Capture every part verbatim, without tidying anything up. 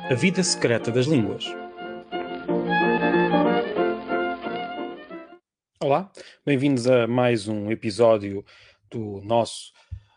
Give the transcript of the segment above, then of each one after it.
A vida secreta das línguas. Olá, bem-vindos a mais um episódio do nosso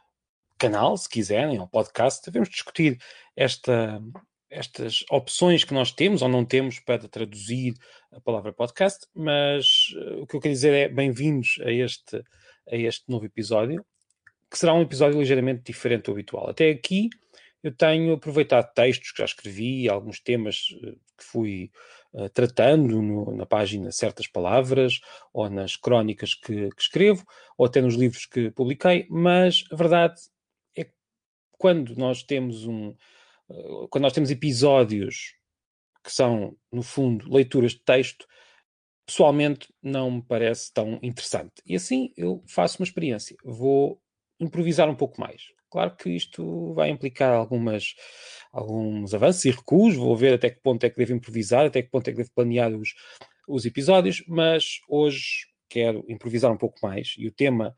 canal, se quiserem, ou podcast. Devemos discutir esta, estas opções que nós temos ou não temos para traduzir a palavra podcast, mas uh, o que eu quero dizer é bem-vindos a este, a este novo episódio, que será um episódio ligeiramente diferente do habitual. Até aqui eu tenho aproveitado textos que já escrevi, alguns temas uh, que fui uh, tratando no, na página Certas Palavras, ou nas crónicas que, que escrevo, ou até nos livros que publiquei, mas a verdade é que quando nós temos um, uh, quando nós temos episódios que são, no fundo, leituras de texto, pessoalmente não me parece tão interessante. E assim eu faço uma experiência. Vou improvisar um pouco mais. Claro que isto vai implicar algumas, alguns avanços e recuos. Vou ver até que ponto é que devo improvisar, até que ponto é que devo planear os, os episódios, mas hoje quero improvisar um pouco mais. E o tema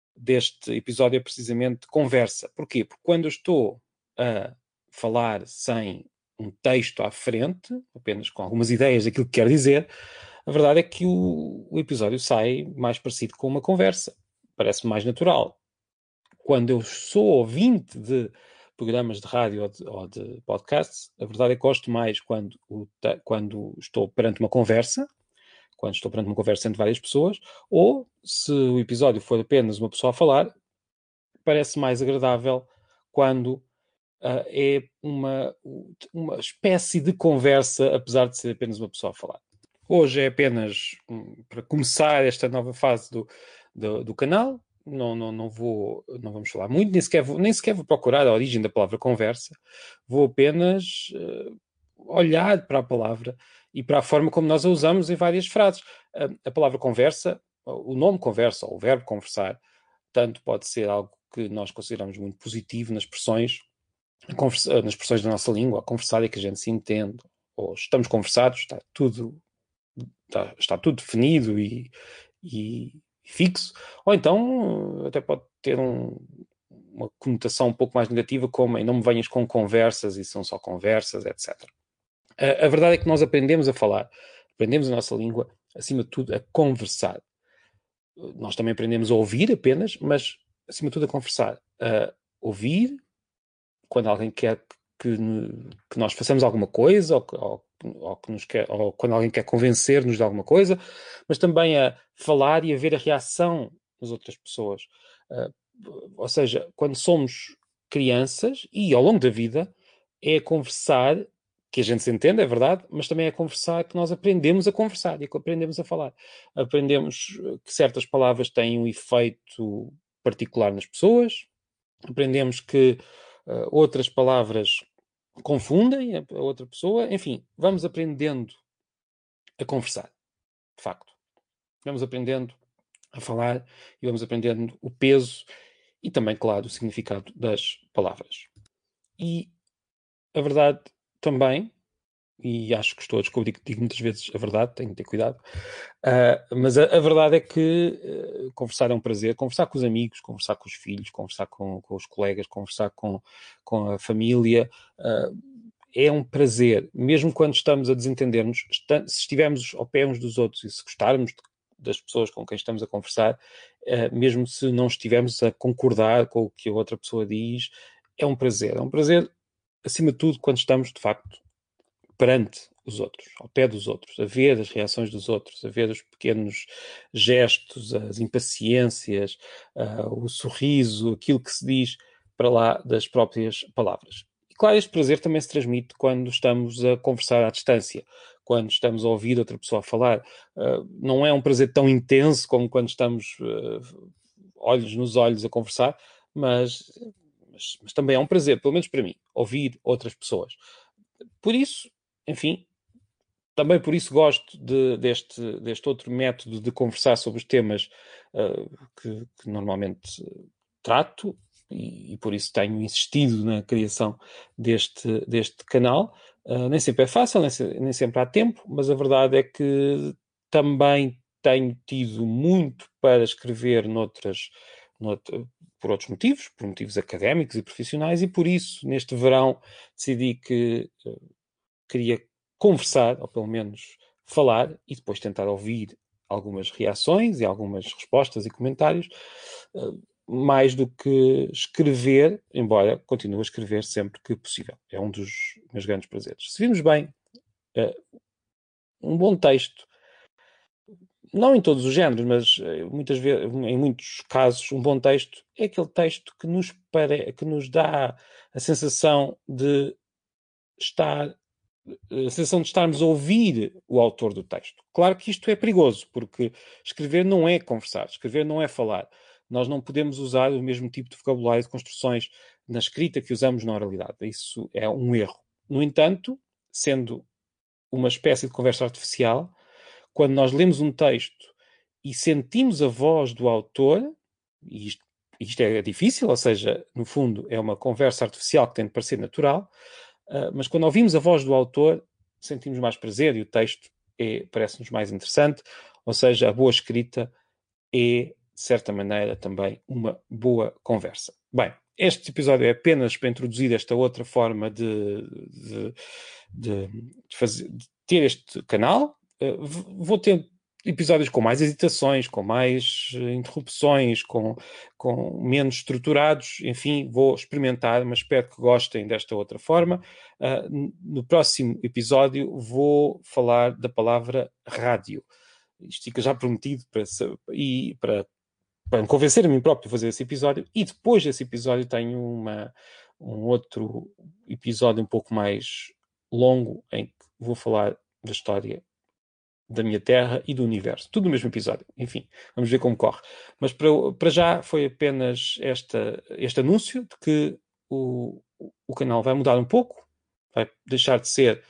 deste episódio é precisamente conversa. Porquê? Porque quando eu estou a falar sem um texto à frente, apenas com algumas ideias daquilo que quero dizer, a verdade é que o, o episódio sai mais parecido com uma conversa. Parece mais natural. Quando eu sou ouvinte de programas de rádio ou de, ou de podcasts, a verdade é que gosto mais quando, o, quando estou perante uma conversa, quando estou perante uma conversa entre várias pessoas, ou se o episódio for apenas uma pessoa a falar, parece mais agradável quando uh, é uma, uma espécie de conversa, apesar de ser apenas uma pessoa a falar. Hoje é apenas um, para começar esta nova fase do, do, do canal. Não, não, não, vou, não vamos falar muito, nem sequer, vou, nem sequer vou procurar a origem da palavra conversa. Vou apenas uh, olhar para a palavra e para a forma como nós a usamos em várias frases. Uh, a palavra conversa, o nome conversa, ou o verbo conversar, tanto pode ser algo que nós consideramos muito positivo nas expressões, nas expressões da nossa língua, a conversar e que a gente se entende, ou estamos conversados, está tudo está, está tudo definido e, e fixo, ou então até pode ter um, uma conotação um pouco mais negativa, como em não me venhas com conversas e são só conversas, etcétera. A, a verdade é que nós aprendemos a falar, aprendemos a nossa língua, acima de tudo, a conversar. Nós também aprendemos a ouvir apenas, mas acima de tudo a conversar. A ouvir quando alguém quer que, que nós façamos alguma coisa, ou, ou, ou, que nos quer, ou quando alguém quer convencer-nos de alguma coisa, mas também a falar e a ver a reação das outras pessoas. Uh, ou seja, quando somos crianças e ao longo da vida, é a conversar que a gente se entende, é verdade, mas também é a conversar que nós aprendemos a conversar e que aprendemos a falar. Aprendemos que certas palavras têm um efeito particular nas pessoas, aprendemos que uh, outras palavras confundem a, a outra pessoa, enfim, vamos aprendendo a conversar, de facto. Vamos aprendendo a falar e vamos aprendendo o peso e também, claro, o significado das palavras. E a verdade também, e acho que estou a descobrir que digo muitas vezes a verdade, tenho que ter cuidado, uh, mas a, a verdade é que uh, conversar é um prazer, conversar com os amigos, conversar com os filhos, conversar com, com os colegas, conversar com, com a família, uh, é um prazer, mesmo quando estamos a desentender-nos, se estivermos ao pé uns dos outros e se gostarmos de, das pessoas com quem estamos a conversar, uh, mesmo se não estivermos a concordar com o que a outra pessoa diz, é um prazer, é um prazer acima de tudo quando estamos de facto perante os outros, ao pé dos outros, a ver as reações dos outros, a ver os pequenos gestos, as impaciências, uh, o sorriso, aquilo que se diz para lá das próprias palavras. E claro, este prazer também se transmite quando estamos a conversar à distância, quando estamos a ouvir outra pessoa falar. Uh, não é um prazer tão intenso como quando estamos uh, olhos nos olhos a conversar, mas, mas, mas também é um prazer, pelo menos para mim, ouvir outras pessoas. Por isso, enfim, também por isso gosto de, deste, deste outro método de conversar sobre os temas uh, que, que, normalmente trato e, e por isso tenho insistido na criação deste, deste canal. Uh, nem sempre é fácil, nem, se, nem sempre há tempo, mas a verdade é que também tenho tido muito para escrever noutras, noutra, por outros motivos, por motivos académicos e profissionais, e por isso, neste verão, decidi que uh, queria conversar, ou pelo menos falar, e depois tentar ouvir algumas reações e algumas respostas e comentários, mais do que escrever, embora continue a escrever sempre que possível. É um dos meus grandes prazeres. Se vimos bem, um bom texto, não em todos os géneros, mas muitas vezes, em muitos casos, um bom texto é aquele texto que nos, pare... que nos dá a sensação de estar a sensação de estarmos a ouvir o autor do texto. Claro que isto é perigoso, porque escrever não é conversar, escrever não é falar. Nós não podemos usar o mesmo tipo de vocabulário de construções na escrita que usamos na oralidade. Isso é um erro. No entanto, sendo uma espécie de conversa artificial, quando nós lemos um texto e sentimos a voz do autor, e isto, isto é difícil, ou seja, no fundo é uma conversa artificial que tem de parecer natural, uh, mas quando ouvimos a voz do autor, sentimos mais prazer e o texto é, parece-nos mais interessante, ou seja, a boa escrita é, de certa maneira, também uma boa conversa. Bem, este episódio é apenas para introduzir esta outra forma de, de, de, de, fazer, de ter este canal. Uh, vou ter episódios com mais hesitações, com mais interrupções, com, com menos estruturados. Enfim, vou experimentar, mas espero que gostem desta outra forma. Uh, no próximo episódio vou falar da palavra rádio. Isto fica já prometido para, e para, para me convencer a mim próprio a fazer esse episódio. E depois desse episódio tenho uma, um outro episódio um pouco mais longo em que vou falar da história da minha Terra e do Universo. Tudo no mesmo episódio. Enfim, vamos ver como corre. Mas para, para já foi apenas esta, este anúncio de que o, o canal vai mudar um pouco, vai deixar de ser,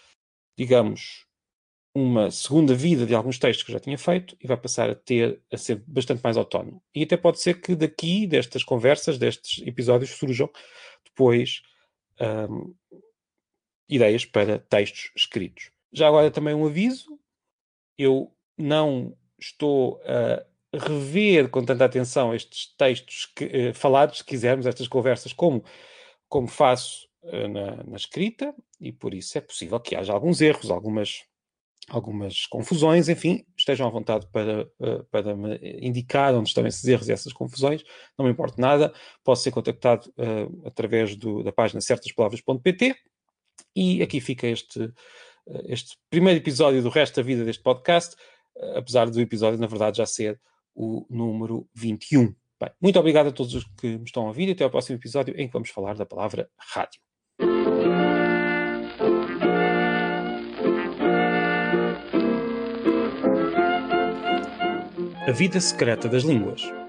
digamos, uma segunda vida de alguns textos que eu já tinha feito e vai passar a ter, a ser bastante mais autónomo. E até pode ser que daqui, destas conversas, destes episódios, surjam depois um, ideias para textos escritos. Já agora também um aviso, eu não estou a rever com tanta atenção estes textos que, eh, falados, se quisermos, estas conversas, como, como faço eh, na, na escrita, e por isso é possível que haja alguns erros, algumas, algumas confusões, enfim, estejam à vontade para, para me indicar onde estão esses erros e essas confusões, não me importa nada, posso ser contactado uh, através do, da página certas palavras ponto pt, e aqui fica este, este primeiro episódio do resto da vida deste podcast, apesar do episódio, na verdade, já ser o número vinte e um. Bem, muito obrigado a todos os que me estão a ouvir e até ao próximo episódio em que vamos falar da palavra rádio. A vida secreta das línguas.